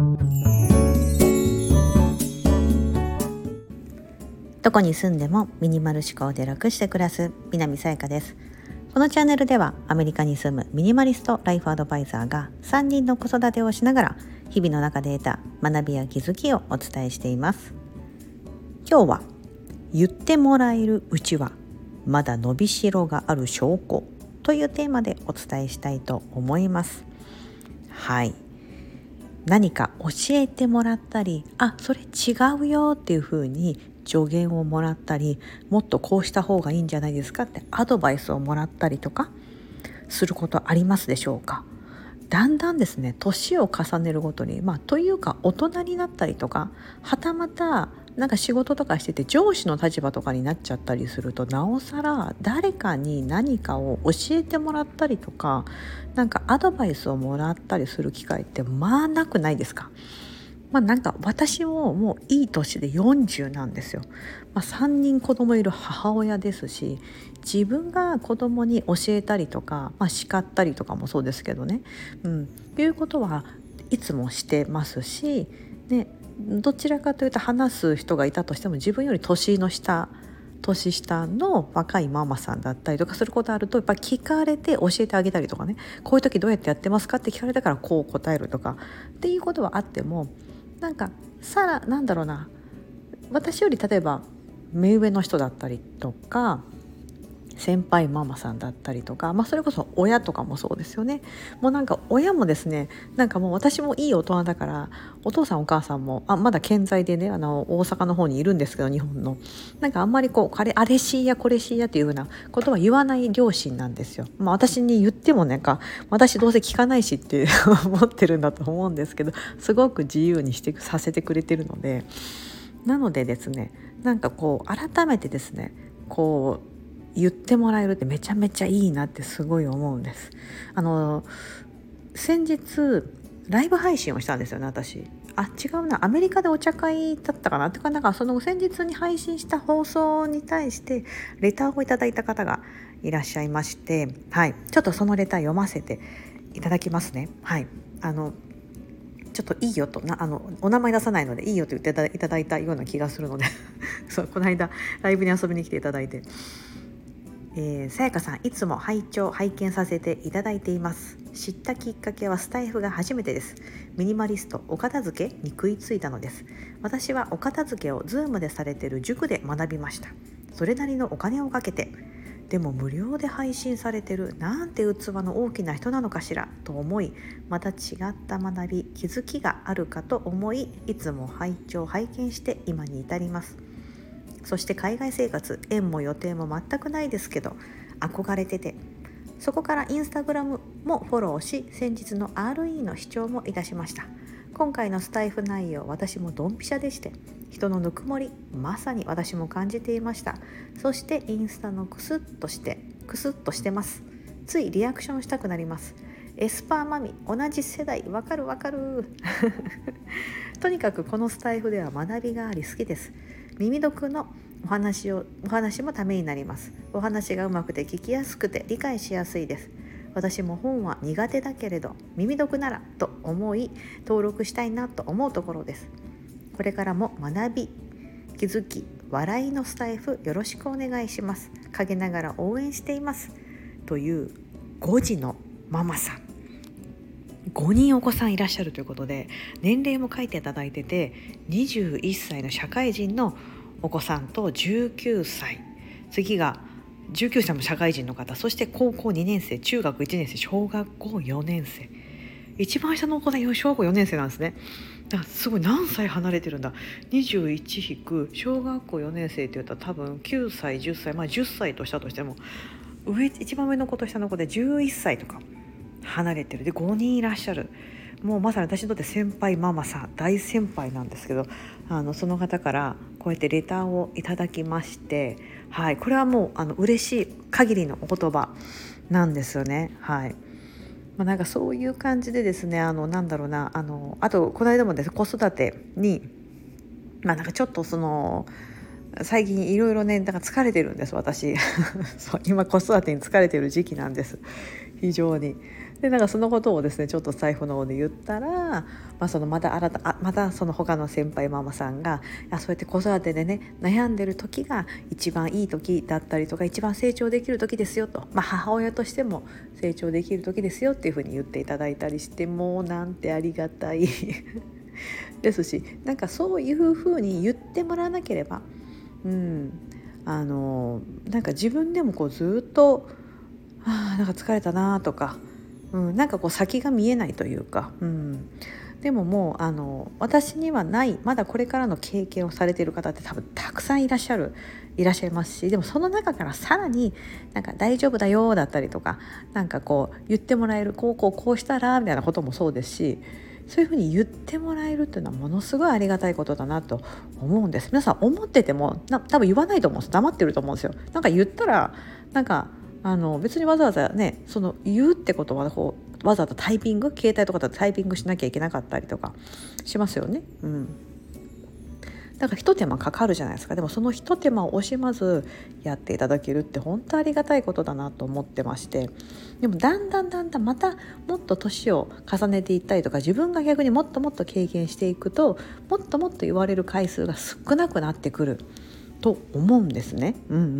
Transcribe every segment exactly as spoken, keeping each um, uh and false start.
どこに住んでもミニマル思考で楽して暮らす南さやかです。このチャンネルではアメリカに住むミニマリストライフアドバイザーがさんにんの子育てをしながら日々の中で得た学びや気づきをお伝えしています。今日は言ってもらえるうちはまだ伸びしろがある証拠というテーマでお伝えしたいと思います。はい、何か教えてもらったり、あ、それ違うよっていう風に助言をもらったり、もっとこうした方がいいんじゃないですかってアドバイスをもらったりとかすることありますでしょうか。だんだんですね、年を重ねるごとに、まあというか大人になったりとか、はたまたなんか仕事とかしてて上司の立場とかになっちゃったりすると、なおさら誰かに何かを教えてもらったりとか、なんかアドバイスをもらったりする機会ってまあなくないですか。まあなんか私ももういい年でよんじゅうなんですよ。まあ、さんにん子供いる母親ですし、自分が子供に教えたりとか、まあ、叱ったりとかもそうですけどね、うん、いうことはいつもしてますし、ね、どちらかというと話す人がいたとしても自分より年の下年下の若いママさんだったりとかすることあると、やっぱ聞かれて教えてあげたりとかね、こういう時どうやってやってますかって聞かれたからこう答えるとかっていうことはあっても、なんかさらなんだろうな、私より例えば目上の人だったりとか先輩ママさんだったりとか、まあ、それこそ親とかもそうですよね。もうなんか親もですね、なんかもう私もいい大人だから、お父さんお母さんもあまだ健在でね、あの大阪の方にいるんですけど、日本のなんかあんまりこうあれあれしいやこれしいやっていう風なことは言わない両親なんですよ。まあ、私に言ってもなんか私どうせ聞かないしって思ってるんだと思うんですけど、すごく自由にしてさせてくれてるので、なのでですね、なんかこう改めてですね、こう言ってもらえるってめちゃめちゃいいなってすごい思うんです。あの先日ライブ配信をしたんですよね、私。あ、違うな、アメリカでお茶会だったかなっていうか、なんかその先日に配信した放送に対してレターをいただいた方がいらっしゃいまして、はい、ちょっとそのレター読ませていただきますね。はい、あのちょっといいよとな、あのお名前出さないのでいいよと言っていただいたような気がするのでそう、この間ライブに遊びに来ていただいて、えー、さやかさん、いつも拝聴拝見させていただいています。知ったきっかけはスタイフが初めてです。ミニマリストお片付けに食いついたのです。私はお片付けを Zoom でされている塾で学びました。それなりのお金をかけて、でも無料で配信されてる、なんて器の大きな人なのかしらと思い、また違った学び気づきがあるかと思い、いつも拝聴拝見して今に至ります。そして海外生活、縁も予定も全くないですけど憧れてて、そこからインスタグラムもフォローし、先日の アールイー の視聴もいたしました。今回のスタイフ内容、私もドンピシャでして、人のぬくもり、まさに私も感じていました。そしてインスタのクスッとしてクスッとしてます。ついリアクションしたくなります。エスパーマミ、同じ世代、わかるわかるとにかくこのスタイフでは学びがあり好きです。耳読のお話をお話もためになります。お話がうまくて聞きやすくて理解しやすいです。私も本は苦手だけれど耳読ならと思い登録したいなと思うところです。これからも学び、気づき、笑いのスタイフよろしくお願いします。陰ながら応援しています。というご児のママさん、ごにんお子さんいらっしゃるということで、年齢も書いていただいてて、にじゅういっさいの社会人のお子さんとじゅうきゅうさい、次がじゅうきゅうさいも社会人の方、そして高校にねん生、中学いちねん生、小学校よねん生、一番下のお子さん小学校よねん生なんですね。だからすごい、何歳離れてるんだ。にじゅういち引く小学校よねん生って言ったら多分きゅうさいじゅっさい、まあじゅっさいとしたとしても、上一番上の子と下の子でじゅういっさいとか離れてる。でごにんいらっしゃる。もうまさに私にとって先輩ママさん、大先輩なんですけど、あのその方からこうやってレターをいただきまして、はい、これはもうあの嬉しい限りのお言葉なんですよね。はい、まあ、なんかそういう感じでですね、あのなんだろうな、あのあとこの間もですね、子育てに、まあなんかちょっとその最近いろいろね、だから疲れてるんです私そう、今子育てに疲れてる時期なんです、非常に。 でなんかそのことをですねちょっと財布の方で言ったら、まあ、そのまた新たあまたその他の先輩ママさんがあそうやって子育てでね悩んでる時が一番いい時だったりとか一番成長できる時ですよと、まあ、母親としても成長できる時ですよっていうふうに言っていただいたりして、もうなんてありがたいですし、なんかそういうふうに言ってもらわなければ、うん、あのなんか自分でもこうずっとあなんか疲れたなとか、うん、なんかこう先が見えないというか、うん、でももうあの私にはないまだこれからの経験をされている方って多分たくさんいらっしゃるいらっしゃいますし、でもその中からさらになんか大丈夫だよだったりとか、なんかこう言ってもらえるこうこうこうしたらみたいなこともそうですし、そういうふうに言ってもらえるっていうのはものすごいありがたいことだなと思うんです。皆さん思っててもな多分言わないと思うんです。黙ってると思うんですよ。なんか言ったらなんかあの別にわざわざねその言うってことはこうわざわざタイピング携帯とかだとタイピングしなきゃいけなかったりとかしますよね。うん、だから一手間かかるじゃないですか。でもその一手間を惜しまずやっていただけるって本当ありがたいことだなと思ってまして、でもだんだんだんだんまたもっと年を重ねていったりとか自分が逆にもっともっと経験していくともっともっと言われる回数が少なくなってくると思うんですね。うんうんうん。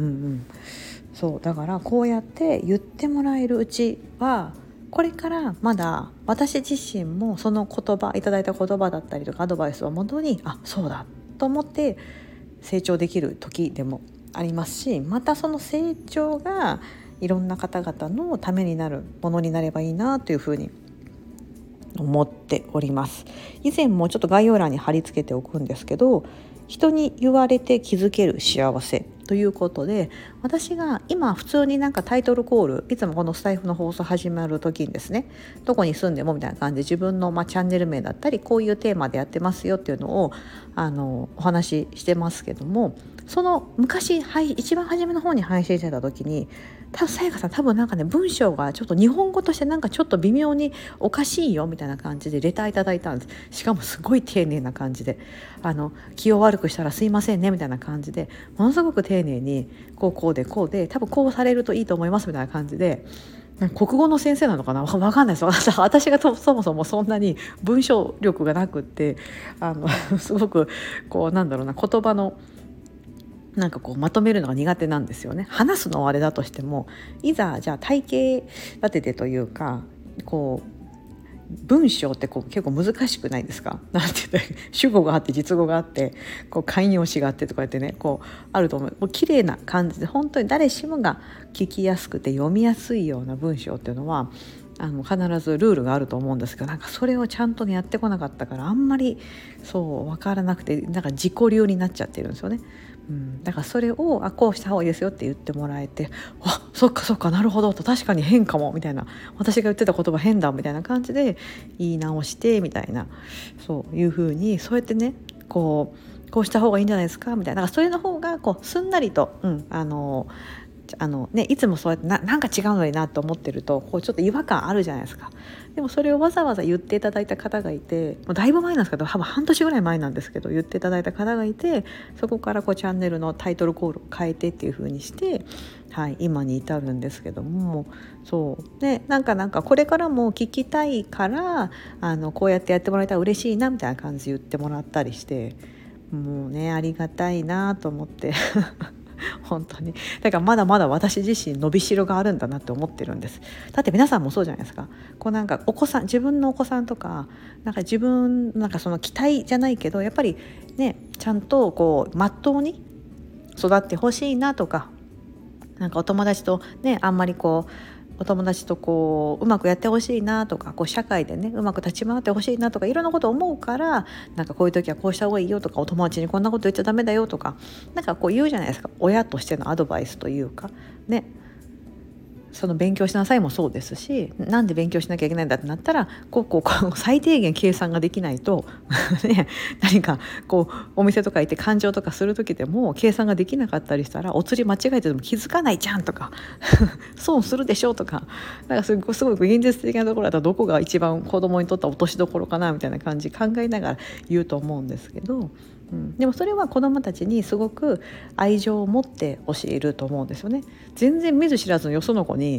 そうだからこうやって言ってもらえるうちはこれからまだ私自身もその言葉いただいた言葉だったりとかアドバイスをもとにあそうだと思って成長できる時でもありますし、またその成長がいろんな方々のためになるものになればいいなというふうに思っております。以前もちょっと概要欄に貼り付けておくんですけど、人に言われて気づける幸せということで、私が今普通になんかタイトルコールいつもこのスタイフの放送始まる時にですね、どこに住んでもみたいな感じで自分のまあチャンネル名だったりこういうテーマでやってますよっていうのをあのお話ししてますけども、その昔、はい、一番初めの方に配信してた時に多分さやかさん多分なんかね文章がちょっと日本語としてなんかちょっと微妙におかしいよみたいな感じでレターいただいたんです。しかもすごい丁寧な感じで、あの気を悪くしたらすいませんねみたいな感じでものすごく丁寧にこうこうでこうで多分こうされるといいと思いますみたいな感じで、国語の先生なのかなわかんないです私私がそもそもそんなに文章力がなくってあのすごくこうなんだろうな言葉のなんかこうまとめるのが苦手なんですよね。話すのはあれだとしてもいざじゃあ体系立ててというかこう文章ってこう結構難しくないですか？なんて言って主語があって実語があってこう慣用詞があってとか言ってねこうあると思う。もう綺麗な感じで本当に誰しもが聞きやすくて読みやすいような文章っていうのはあの必ずルールがあると思うんですけど、なんかそれをちゃんと、ね、やってこなかったからあんまりそう分からなくてなんか自己流になっちゃってるんですよね。うん、だからそれをあこうした方がいいですよって言ってもらえて、あそっかそっかなるほどと確かに変かもみたいな、私が言ってた言葉変だみたいな感じで言い直してみたいな、そういう風にそうやってねこうこうした方がいいんじゃないですかみたいな、それの方がこうすんなりと、うん、あのあのね、いつもそうやって な, なんか違うのになと思ってるとこうちょっと違和感あるじゃないですか。でもそれをわざわざ言っていただいた方がいて、もうだいぶ前なんですけど多分半年ぐらい前なんですけど言っていただいた方がいて、そこからこうチャンネルのタイトルコールを変えてっていう風にして、はい、今に至るんですけども、そうでなんかなんかこれからも聞きたいからあのこうやってやってもらえたら嬉しいなみたいな感じで言ってもらったりして、もうねありがたいなと思って本当にだからまだまだ私自身伸びしろがあるんだなって思ってるんです。だって皆さんもそうじゃないですか。こうなんかお子さん自分のお子さんとかなんか自分なんかその期待じゃないけどやっぱりねちゃんとこうまっとうに育ってほしいなとか、なんかお友達とねあんまりこうお友達とこううまくやってほしいなとか、こう社会でねうまく立ち回ってほしいなとかいろんなこと思うから、なんかこういう時はこうした方がいいよとか、お友達にこんなこと言っちゃダメだよとか、なんかこう言うじゃないですか。親としてのアドバイスというかね、その勉強しなさいもそうですし、なんで勉強しなきゃいけないんだってなったらこうこうこう最低限計算ができないと、ね、何かこうお店とか行って勘定とかする時でも計算ができなかったりしたらお釣り間違えてても気づかないじゃんとか損するでしょとか、なんかすごいすごい現実的なところだったらどこが一番子供にとっては落としどころかなみたいな感じ考えながら言うと思うんですけど、うん、でもそれは子どもたちにすごく愛情を持って教えると思うんですよね。全然見ず知らずのよその子に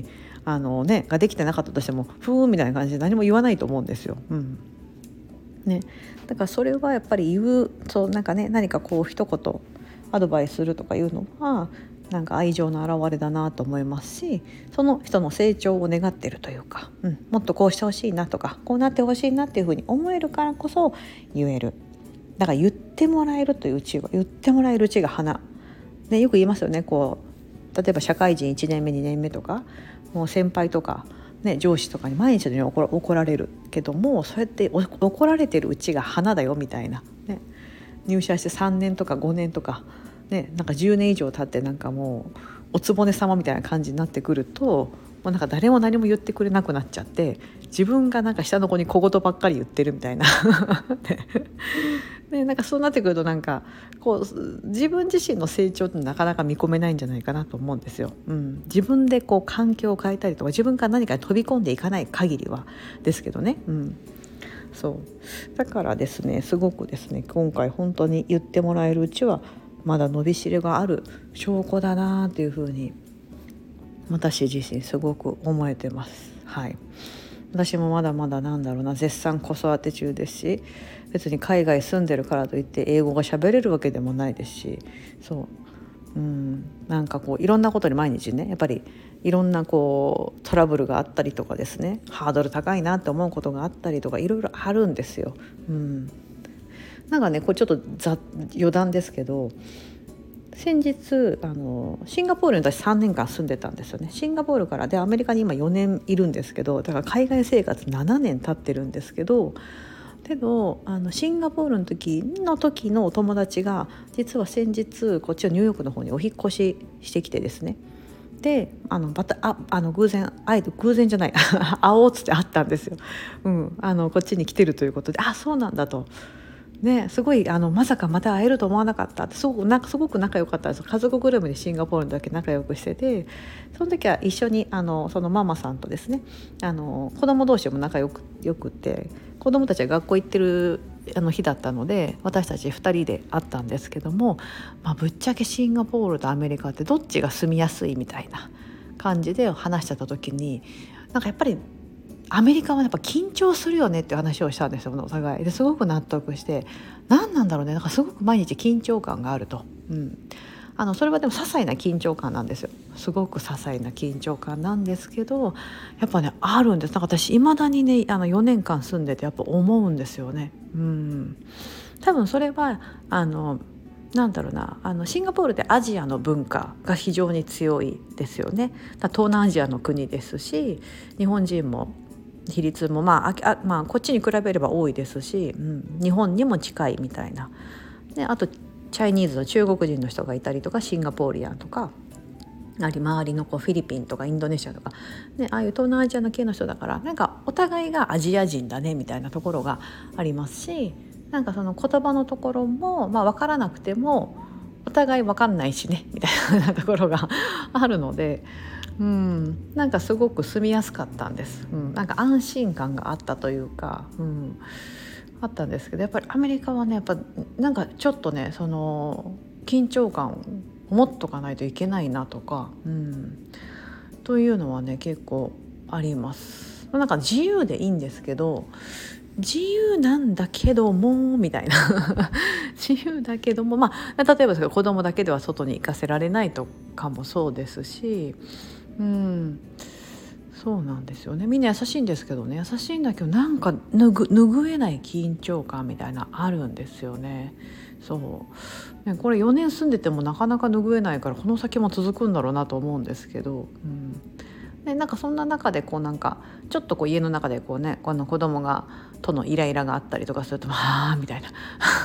あの、ね、ができてなかったとしてもふーんみたいな感じで何も言わないと思うんですよ。うんね、だからそれはやっぱり言うそうなんかね何かこう一言アドバイスするとかいうのはなんか愛情の表れだなと思いますし、その人の成長を願っているというか、うん、もっとこうしてほしいなとかこうなってほしいなっていうふうに思えるからこそ言える。だから言ってもらえるといううちが言ってもらえるうちが花、ね、よく言いますよね。こう例えば社会人いちねんめにねんめとかもう先輩とか、ね、上司とかに毎日のように怒ら、怒られるけどもそうやって怒られてるうちが花だよみたいな、ね、入社してさんねんとかごねんとか、ね、なんかじゅうねん以上経ってなんかもうおつぼね様みたいな感じになってくるともうなんか誰も何も言ってくれなくなっちゃって自分がなんか下の子に小言ばっかり言ってるみたいなでなんかそうなってくるとなんかこう自分自身の成長ってなかなか見込めないんじゃないかなと思うんですよ、うん、自分でこう環境を変えたりとか自分から何かに飛び込んでいかない限りはですけどね、うん、そうだからですねすごくですね今回本当に言ってもらえるうちはまだ伸びしろがある証拠だなっていうふうに私自身すごく思えてます。はい、私もまだまだなんだろうな絶賛子育て中ですし別に海外住んでるからといって英語が喋れるわけでもないですしそう、うん、なんかこういろんなことに毎日ねやっぱりいろんなこうトラブルがあったりとかですねハードル高いなって思うことがあったりとかいろいろあるんですよ。うんなんかねこれちょっと余談ですけど先日あのシンガポールに私さんねんかん住んでたんですよね。シンガポールからでアメリカに今よねんいるんですけどだから海外生活ななねん経ってるんですけどけどあのシンガポールの時の時のお友達が実は先日こっちのニューヨークの方にお引っ越ししてきてですねであのまたああの偶然あえて偶然じゃない会おうっつって会ったんですよ、うん、あのこっちに来てるということであそうなんだとね、すごいあのまさかまた会えると思わなかったってすごくなんかすごく仲良かったんです。家族ぐるみでシンガポールだけ仲良くしててその時は一緒にあのそのママさんとですねあの子供同士も仲良くよくて子供たちが学校行ってるあの日だったので私たちふたりで会ったんですけども、まあ、ぶっちゃけシンガポールとアメリカってどっちが住みやすいみたいな感じで話してた時になんかやっぱりアメリカはやっぱ緊張するよねっていう話をしたんですよお互いですごく納得して何なんだろうねなんかすごく毎日緊張感があると、うん、あのそれはでも些細な緊張感なんですよすごく些細な緊張感なんですけどやっぱねあるんです。なんか私未だにねあのよねんかん住んでてやっぱ思うんですよね、うん、多分それはあのなんだろうなあのシンガポールってアジアの文化が非常に強いですよね。だ東南アジアの国ですし日本人も比率も、まああまあ、こっちに比べれば多いですし、うん、日本にも近いみたいなであとチャイニーズの中国人の人がいたりとかシンガポーリアンとかあり周りのこうフィリピンとかインドネシアとか、ね、ああいう東南アジアの系の人だからなんかお互いがアジア人だねみたいなところがありますしなんかその言葉のところも、まあ、分からなくてもお互い分かんないしねみたいなところがあるのでうん、なんかすごく住みやすかったんです、うん、なんか安心感があったというか、うん、あったんですけどやっぱりアメリカはねやっぱなんかちょっとねその緊張感を持っとかないといけないなとか、うん、というのはね結構あります。なんか自由でいいんですけど自由なんだけどもみたいな自由だけどもまあ例えばですけど子供だけでは外に行かせられないとかもそうですしうん、そうなんですよね。みんな優しいんですけどね優しいんだけどなんか拭拭えない緊張感みたいなあるんですよね。そうねこれよねん住んでてもなかなか拭えないからこの先も続くんだろうなと思うんですけど、うん、でなんかそんな中でこうなんかちょっとこう家の中でこうねこの子供がとのイライラがあったりとかするとああみたいな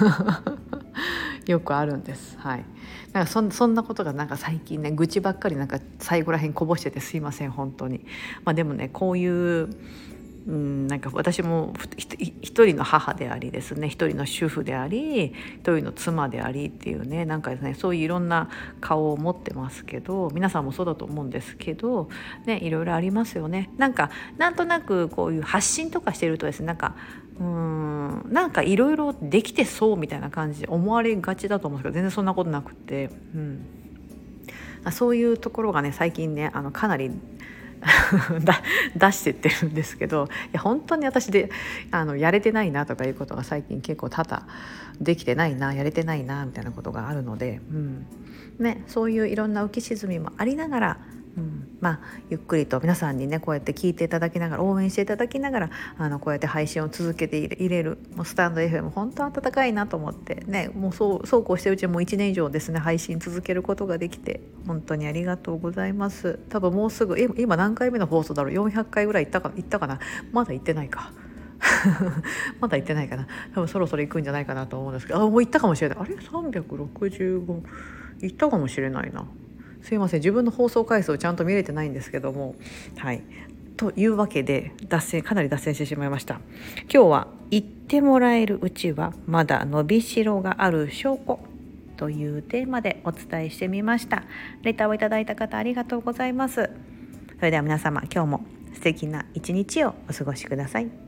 よくあるんです。はい。なんか そ, そんなことがなんか最近ね愚痴ばっかりなんか最後らへんこぼしててすいません本当に。まあでもねこういううん、なんか私も一人の母でありですね一人の主婦であり一人の妻でありっていうねなんかですねそういういろんな顔を持ってますけど皆さんもそうだと思うんですけど、ね、いろいろありますよね。なんかなんとなくこういう発信とかしてるとですねなんかうーんなんかいろいろできてそうみたいな感じで思われがちだと思うんですけど全然そんなことなくて、うん、そういうところがね最近ねあのかなりだ出してってるんですけど、いや本当に私であのやれてないなとかいうことが最近結構多々できてないな、やれてないなみたいなことがあるので、うんね、そういういろんな浮き沈みもありながら、うん、まあゆっくりと皆さんにねこうやって聞いていただきながら、応援していただきながら、あのこうやって配信を続けていれる、もうスタンド エフエム 本当温かいなと思ってね、もうそうそうこうしてるうちにもういちねん以上ですね配信続けることができて、本当にありがとうございます。多分もうすぐえ今何回目の放送だろう、よんひゃっかいぐらい行ったか行ったかな、まだ行ってないかまだ行ってないかな、多分そろそろ行くんじゃないかなと思うんですけど、あもう行ったかもしれない、あれさんびゃくろくじゅうご行ったかもしれないな、すいません自分の放送回数をちゃんと見れてないんですけども、はいというわけで脱線かなり脱線してしまいました。今日は言ってもらえるうちはまだ伸びしろがある証拠というテーマでお伝えしてみました。レターをいただいた方ありがとうございます。それでは皆様今日も素敵な一日をお過ごしください。